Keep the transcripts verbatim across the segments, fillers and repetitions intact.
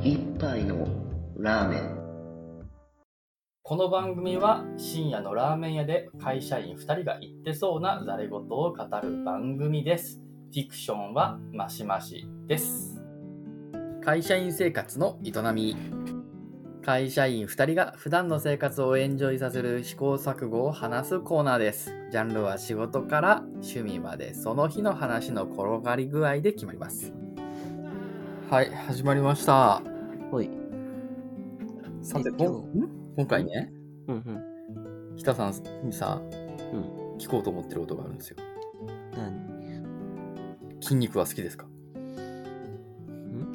一杯のラーメン。 この番組は深夜のラーメン屋で会社員ふたりが言ってそうなざれ言を語る番組です。フィクションはマシマシです。会社員生活の営み。会社員ふたりが普段の生活をエンジョイさせる試行錯誤を話すコーナーです。ジャンルは仕事から趣味までその日の話の転がり具合で決まります。はい、始まりました。 はい。 さて、 え今日今回ね、 うんうん。 北さんにさ、 うん。 聞こうと思ってることがあるんですよ。 何？ 筋肉は好きですか？ ん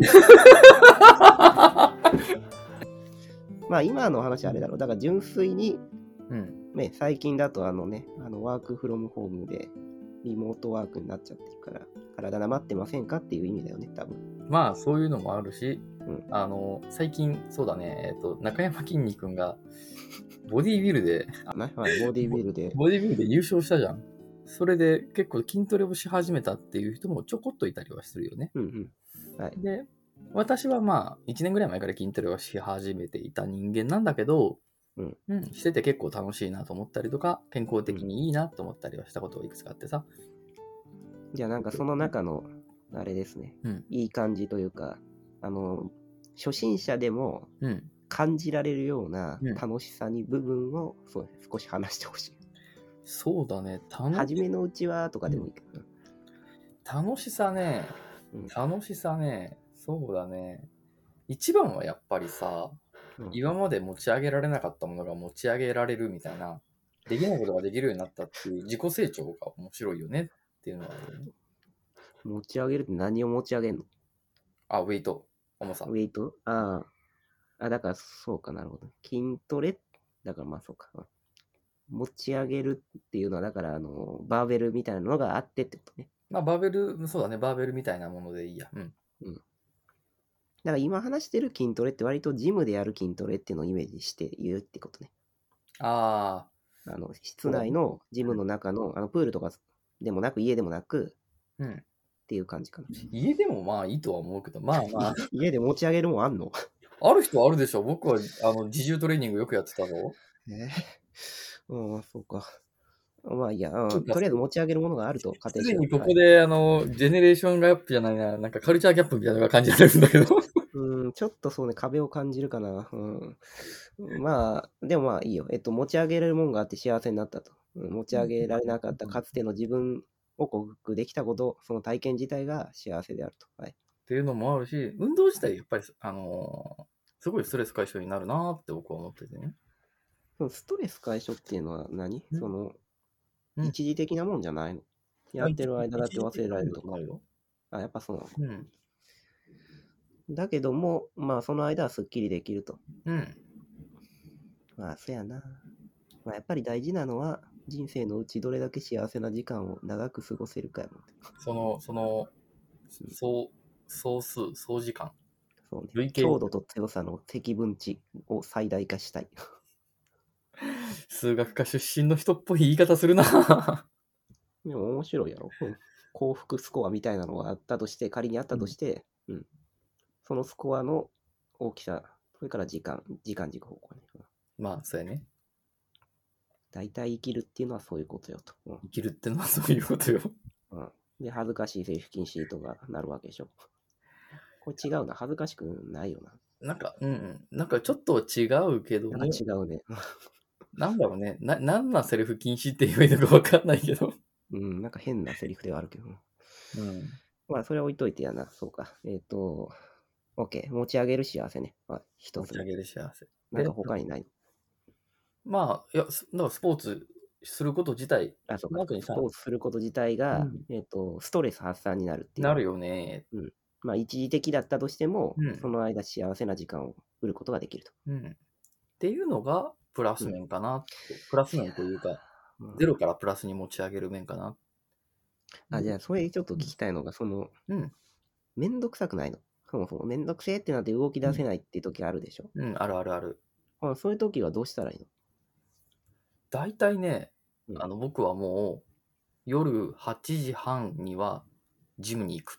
まあ今の話あれだろう。だから純粋に、 うんね、最近だとあのね、あのワークフロムホームでリモートワークになっちゃってるから、体なまってませんかっていう意味だよね、多分。 まあそういうのもあるし、 うん、 あの最近そうだね、えっと中山きんに君がボディービルでねはい、ボディビルでボディービルで優勝したじゃん。それで結構筋トレをし始めたっていう人もちょこっといたりはするよね。 うんうん。はい。 で、私はまあいちねんぐらい前から筋トレをし始めていた人間なんだけど、 うんうん、してて結構楽しいなと思ったりとか、健康的にいいなと思ったりはしたことがいくつかあってさ。 じゃあなんかその中のあれですね、 うんいい感じというか、あの初心者でもうん感じられるようなうん楽しさに部分を、そうですね、少し話してほしい。 そうだね、楽初しめのうちはとかでもいいけど、 楽しさね、 うん楽しさね、そうだね。一番はやっぱりさ、 うん今まで持ち上げられなかったものが持ち上げられるみたいな、できないことができるようになったっていう自己成長が面白いよねっていうのはあるよね。 持ち上げるって何を持ち上げるの？ あ、ウェイト、重さ。 ウェイト？ああ。あ、だからそうかなるほど。筋トレだからまあそうか。持ち上げるっていうのは、だからあの、バーベルみたいなのがあってってことね。 まあ、バーベル、そうだね、バーベルみたいなものでいいや。うん。 うん。だから今話してる筋トレって割とジムでやる筋トレっていうのをイメージして言うってことね。 ああの、室内のジムの中の、あの、プールとかでもなく、家でもなく、 あ、うん。 っていう感じかな。 家でもまあいいとは思うけど、まあまあ、 家で持ち上げるもんあんの？ ある人はあるでしょ。僕はあの自重トレーニングよくやってたぞ。 えー、うん、そうか。まあいいや、うん、 そうかとりあえず持ち上げるものがあると仮定しよう。 すでにこはい、 こで、あの、ジェネレーションギャップじゃないな、なんかカルチャーギャップみたいなのが感じられるんだけど。 うん、ちょっとそうね、壁を感じるかな。うん、まあ、でもまあいいよ。えっと、持ち上げられるものがあって幸せになったと。うん、持ち上げられなかったかつての自分を克服できたこと、その体験自体が幸せであると。はい。 っていうのもあるし、運動自体やっぱり、あのーすごいストレス解消になるなって僕は思っててね。 そのストレス解消っていうのは何？ うんその、 うん一時的なもんじゃないの？やってる間だって忘れられるとか。 ないよ。 あ、やっぱそうなの。 うん。 だけども、まあその間はスッキリできると。 うん。 まあ、そやな。まあ、やっぱり大事なのは、人生のうちどれだけ幸せな時間を長く過ごせるかやもんね。 その、その、総、総数、総時間。 そうね。 累計強度と強さの積分値を最大化したい。 数学科出身の人っぽい言い方するな。 でも面白いやろ。うん。幸福スコアみたいなのがあったとして、仮にあったとして、うん、うん。そのスコアの大きさ、それから時間、時間軸方向ね。 まあ、そうやね。 大体生きるっていうのはそういうことよと。うん。 生きるってのはそういうことよ。 うん、で、恥ずかしいセーフ禁止とかなるわけでしょ。これ違うな。恥ずかしくないよな。 なんか、うんうん。なんかちょっと違うけども。 なんか違うね。 なんだろうね。な、なんなセルフ禁止って言えばいいのかわかんないけど。 うん、なんか変なセリフではあるけど。 うん。 まあ、それは置いといてやな。そうか。えっ、と、OK。持ち上げる幸せね。はい、一つ目。 持ち上げる幸せ。 なんかで、 他にない。 まあ、いや、すだからスポーツすること自体、 あ、そうか。 その後にさ、 スポーツすること自体が、 うんえっ、と、ストレス発散になるっていう。 なるよね。 うん。まあ、一時的だったとしても、 うんその間幸せな時間を得ることができると。 うん。っていうのが、プラス面かなって。プラス面というか、 うんゼロからプラスに持ち上げる面かな。 あ、じゃあ、それちょっと聞きたいのが、その、 うん。 めんどくさくないの？そもそもめんどくせえってなって動き出せないっていう時あるでしょ。 うん、あるあるある。 あ、そういう時はどうしたらいいの？ 大体ね、 うんあの、僕はもう、夜はちじはんにはジムに行くっ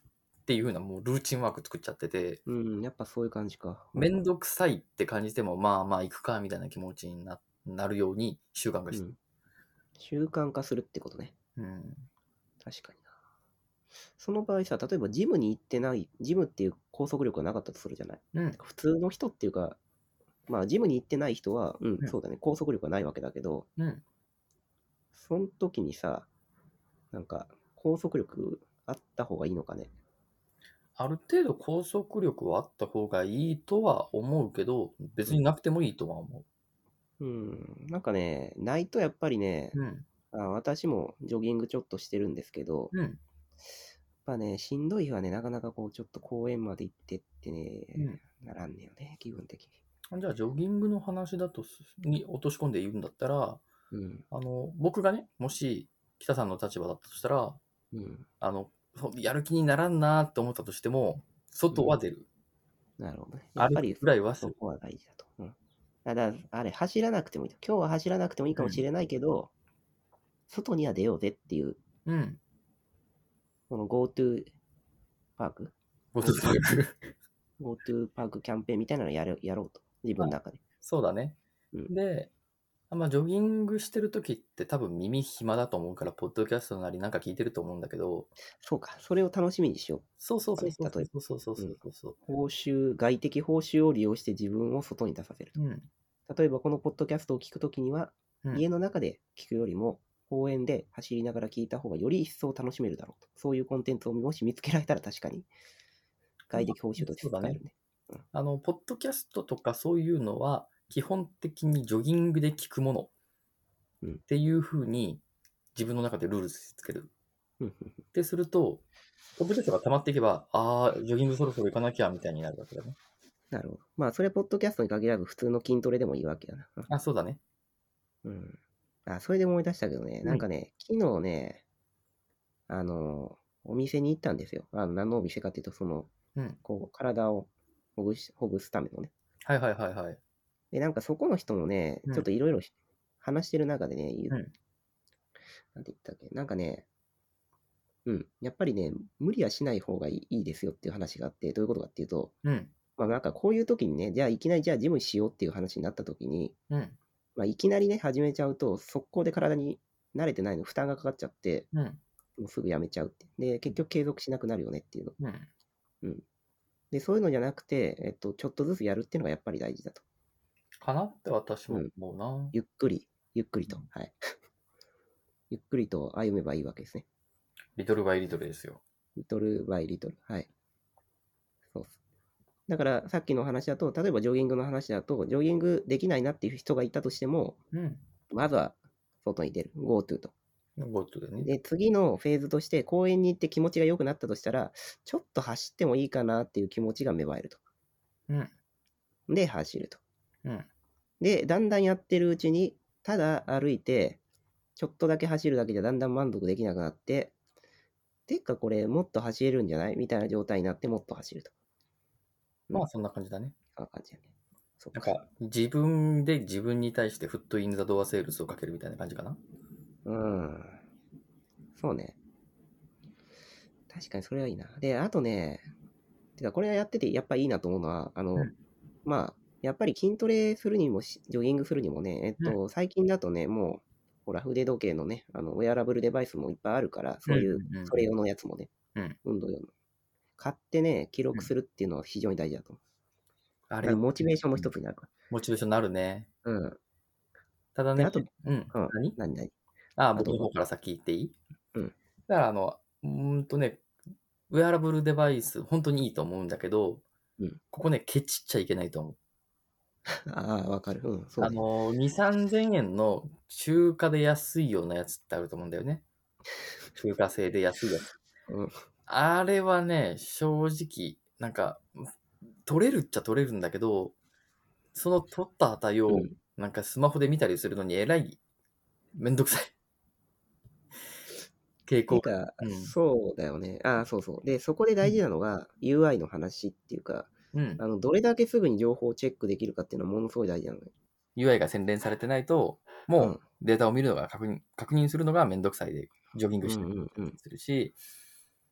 っていう風なもうルーチンワーク作っちゃってて、 うん、やっぱそういう感じか。 めんどくさいって感じても、まあまあ行くかみたいな気持ちにななるように習慣化して。 うん。習慣化するってことね。 うん。 確かにな。その場合さ、例えばジムに行ってない、ジムっていう拘束力がなかったとするじゃない。 うん。 普通の人っていうか、まあジムに行ってない人は、うん、 うんそうだね、拘束力がないわけだけど、 うん。 その時にさ、なんか拘束力あった方がいいのかね。 ある程度拘束力はあった方がいいとは思うけど、別になくてもいいとは思うん、なんかね、ないとやっぱりね、 う。うん。 あ、私もジョギングちょっとしてるんですけど、 うん。 やっぱね、しんどい日はね、なかなかこう、ちょっと公園まで行ってってね、ならんねよね、気分的うん。じゃあ、ジョギングの話だとす、に落とし込んで言うんだったら、 に。うん、 あの、僕がね、もし、北さんの立場だったとしたら、 うん、 あの、そうやる気にならんなって思ったとしても、外は出る。 なるほどね。やっ歩くぱりぐらいはする。 そこは大事だと。うん。だから、あれ、走らなくてもいいと。今日は走らなくてもいいかもしれないけど、外には出ようぜっていう、 うん。 この GoTo パークごとパーク。 ?GoTo パークキャンペーンみたいなのやるやろうと。自分の中で。 そうだね。 うんで、まあ、ジョギングしてる時って多分耳暇だと思うから、ポッドキャストなりなんか聞いてると思うんだけど、 そうか。それを楽しみにしよう。 そうそうとかね。 そうそう例えば。 そうそうそううん。 そうそう。 報酬、外的報酬を利用して自分を外に出させると。 うん。 例えばこのポッドキャストを聞くときには、 うん。 家の中で聞くよりも、公園で走りながら聞いた方がより一層楽しめるだろうと。そういうコンテンツをもし見つけられたら確かに外的報酬としてそうだね。 使えるね。 あの、ポッドキャストとかそういうのは、基本的にジョギングで聞くものっうん。 ていう風に自分の中でルールつける。 うん。 ってすると、ポッドキャストが溜まっていけば、ああ、ジョギングそろそろ行かなきゃみたいになるわけだね。 なるほど。まあ、それはポッドキャストに限らず普通の筋トレでもいいわけやな。 あ、そうだね。 うん。あ、それで思い出したけどね、 うんなんかね、昨日ね、あの、お店に行ったんですよ。あの何のお店かっていうと、その、 うん。 こう、体をほぐし、ほぐすためのね。 はいはいはいはい。 で、なんかそこの人もね、 うんちょっといろいろ話してる中でね、言ううんなんて言ったっけ、なんかね、うん、やっぱりね、無理はしない方がいいいいですよっていう話があって、どういうことかっていうと、 うん。 まあなんかこういう時にね、じゃあいきなりじゃあジムしようっていう話になった時に、 うん。 まあいきなりね、始めちゃうと、速攻で体に慣れてないの負担がかかっちゃって、 うん。 もうすぐやめちゃうって。で、結局継続しなくなるよねっていうの。 うん。 うん。で、そういうのじゃなくて、えっと、ちょっとずつやるっていうのがやっぱり大事だと。 かなって私も思うな。 ゆっくり、ゆっくりと。 うんはい。ゆっくりと歩めばいいわけですね。 リトルバイリトルですよ。 リトルバイリトル。はい。そうっす。だからさっきの話だと、例えばジョギングの話だと、ジョギングできないなっていう人がいたとしても、 うん。 まずは外に出る。GoTo と。 ゴートでね。 で、次のフェーズとして公園に行って気持ちが良くなったとしたら、ちょっと走ってもいいかなっていう気持ちが芽生えると。 うん。 で、走ると。 うん。 で、だんだんやってるうちに、ただ歩いて、ちょっとだけ走るだけじゃだんだん満足できなくなって、てかこれもっと走れるんじゃないみたいな状態になってもっと走ると。 まあそんな感じだね。 そんな感じやね。そっなんか。 か自分で自分に対してフットインザドアセールスをかけるみたいな感じかな。 うん。そうね。確かにそれはいいな。で、あとね、てかこれはやっててやっぱいいなと思うのは、あの、 うんまあ、やっぱり筋トレするにもし、ジョギングするにもね、えっと、最近だとね、もう、ほら、腕時計のね、あの、ウェアラブルデバイスもいっぱいあるから、そういううんうんうん、 それ用のやつもね、 うん。 運動用の。買ってね、記録するっていうのは非常に大事だと思う。 あれだから、モチベーションも一つになるかモチベーションになるね。 ら。うん。で、 ただね、 あと、 うん。 うん、 何何何ああ、 あ、どうぞ。 僕の方から先言っていいうん。 だからあの、うーんとね、ウェアラブルデバイス、本当にいいと思うんだけど、 うん。 ここね、ケチっちゃいけないと思う。 ああ、わかる。うん、そうね。 あの、に、さんぜんえんの中華で安いようなやつってあると思うんだよね。中華製で安いやつ。 うん。 あれはね、正直、なんか、取れるっちゃ取れるんだけど、その取った値を、 うんなんかスマホで見たりするのにえらいめんどくさい傾向が。 てか、 うん。 そうだよね。ああ、そうそう。で、そこで大事なのが ユーアイ の話っていうか、 うん。 あの、どれだけすぐに情報をチェックできるかっていうのはものすごい大事なのよ。 ユーアイ が洗練されてないと、もうデータを見るのが確認、確認するのがめんどくさいで、ジョギングしてうんうんうん。 するし、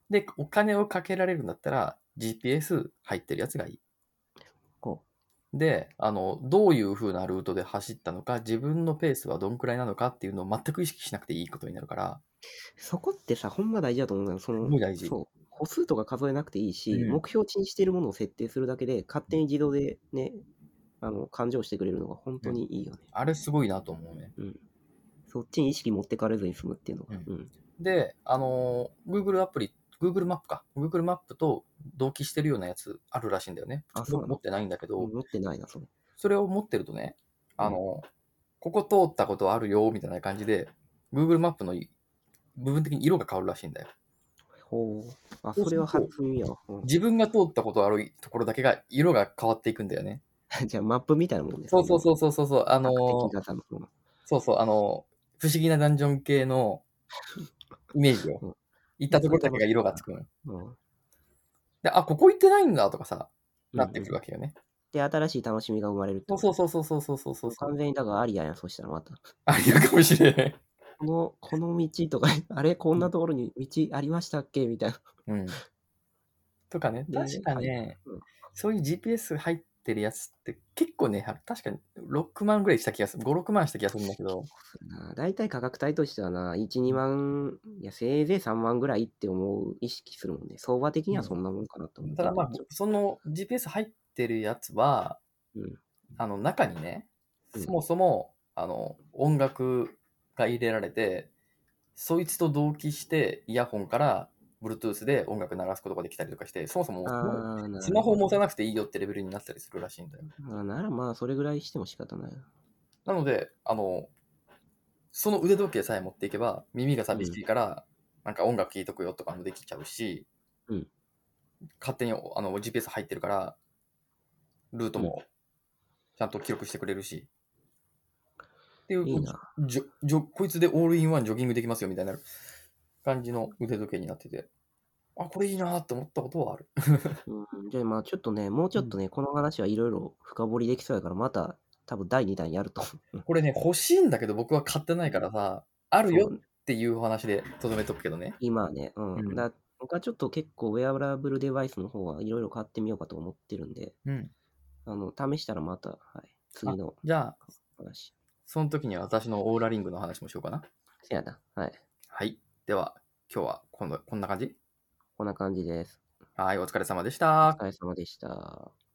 で、お金をかけられるんだったら ジーピーエス 入ってるやつがいい。 こで、あの、どういう風なルートで走ったのか、自分のペースはどんくらいなのかっていうのを全く意識しなくていいことになるから、 う。そこってさ、ほんま大事だと思うのよ。そすの、 ごい大事。 そう。歩数とか数えなくていいし、 うん。 目標値にしているものを設定するだけで、勝手に自動でね、あの、勘定してくれるのが本当にいいよね。 あれすごいなと思うね。 うん。そっちに意識持ってかれずに済むっていうのが。 うんうん。 で、あのー Google アプリ、Google マップか。Google マップと同期してるようなやつあるらしいんだよね。 あ、そうなの？ 僕持ってないんだけど、 持ってないな、それ。 それを持ってるとね、あうん。 のーここ通ったことあるよ、みたいな感じで、Google マップのい部分的に色が変わるらしいんだよ。 ほう。あ、それはそうすると、 初耳やわ。うん。 自分が通ったことあるところだけが色が変わっていくんだよね。 じゃあ、マップみたいなもんですね、要は。 そうそうそうそうそうそう、あの目的ー型の。うん。 そうそう、あのー不思議なダンジョン系のイメージを。 うん。 行ったまあ、それところだけが楽しいな。 色がつくのよ。 うん。 で、あ、ここ行ってないんだとかさ、なってくるうんうん。 わけよね。 で、新しい楽しみが生まれるってそうことね。 そうそうそうそうそうそうそう。 完全にだからアリアやん、そしたらまた。 ありえるかもしれん。 この、この道とか、あれ、こんなところに道ありましたっけみたいな。 うん。とかね、確で、はい。 かね、 うん。 そういう ジーピーエス 入ってるやつって結構ね、確かにろくまんぐらいした気がする。ご、ろくまんした気がするんだけど、 な大体価格帯としてはな、いち、にまん、いや、せいぜいさんまんぐらいって思う、意識するもんね。相場的にはそんなもんかなと思っただまあ、 てるけど、ちょっその ジーピーエス 入ってるやつは、 と。うん。 あの中にね、 うん。 そもそもあの音楽が入れられて、そいつと同期してイヤホンから Bluetooth で音楽鳴らすことができたりとかして、そもそもスマホあー、 スなるほど。 マホを持たなくていいよってレベルになったりするらしいんだよ。 あならまあ、それぐらいしても仕方ないな。 なので、あの、その腕時計さえ持っていけば、耳が寂うん。 しいから、なんか音楽聴いとくよとかもできちゃうし、 うん。 勝手にあの ジーピーエス 入ってるから、ルートうん。 もちゃんと記録してくれるし、っていう、 いいな。 じょじょこいつでオールインワンジョギングできますよみたいな感じの腕時計になってて、あ、これいいなーって思ったことはある。 うん。じゃあまあ、ちょっとね、もうちょっとね、この話はいろいろ深掘りできそうやから、また、多分だいにだんやると思う。うん。 これね、欲しいんだけど僕は買ってないからさ、あるよそう。 っていうお話でとどめとくけどね。 今はね、うん。 うん。 だ僕はちょっと結構ウェアラブルデバイスの方はいろいろ買ってみようかと思ってるんで、 うん。 あの、試したらまた、はい、次あ、 のじゃあ、 話。 その時には私のオーラリングの話もしようかな。 せやな。はい。 はい。では、今日はこんなこんな感じ。 こんな感じです。 はい、お疲れ様でしおた。 疲れ様でした。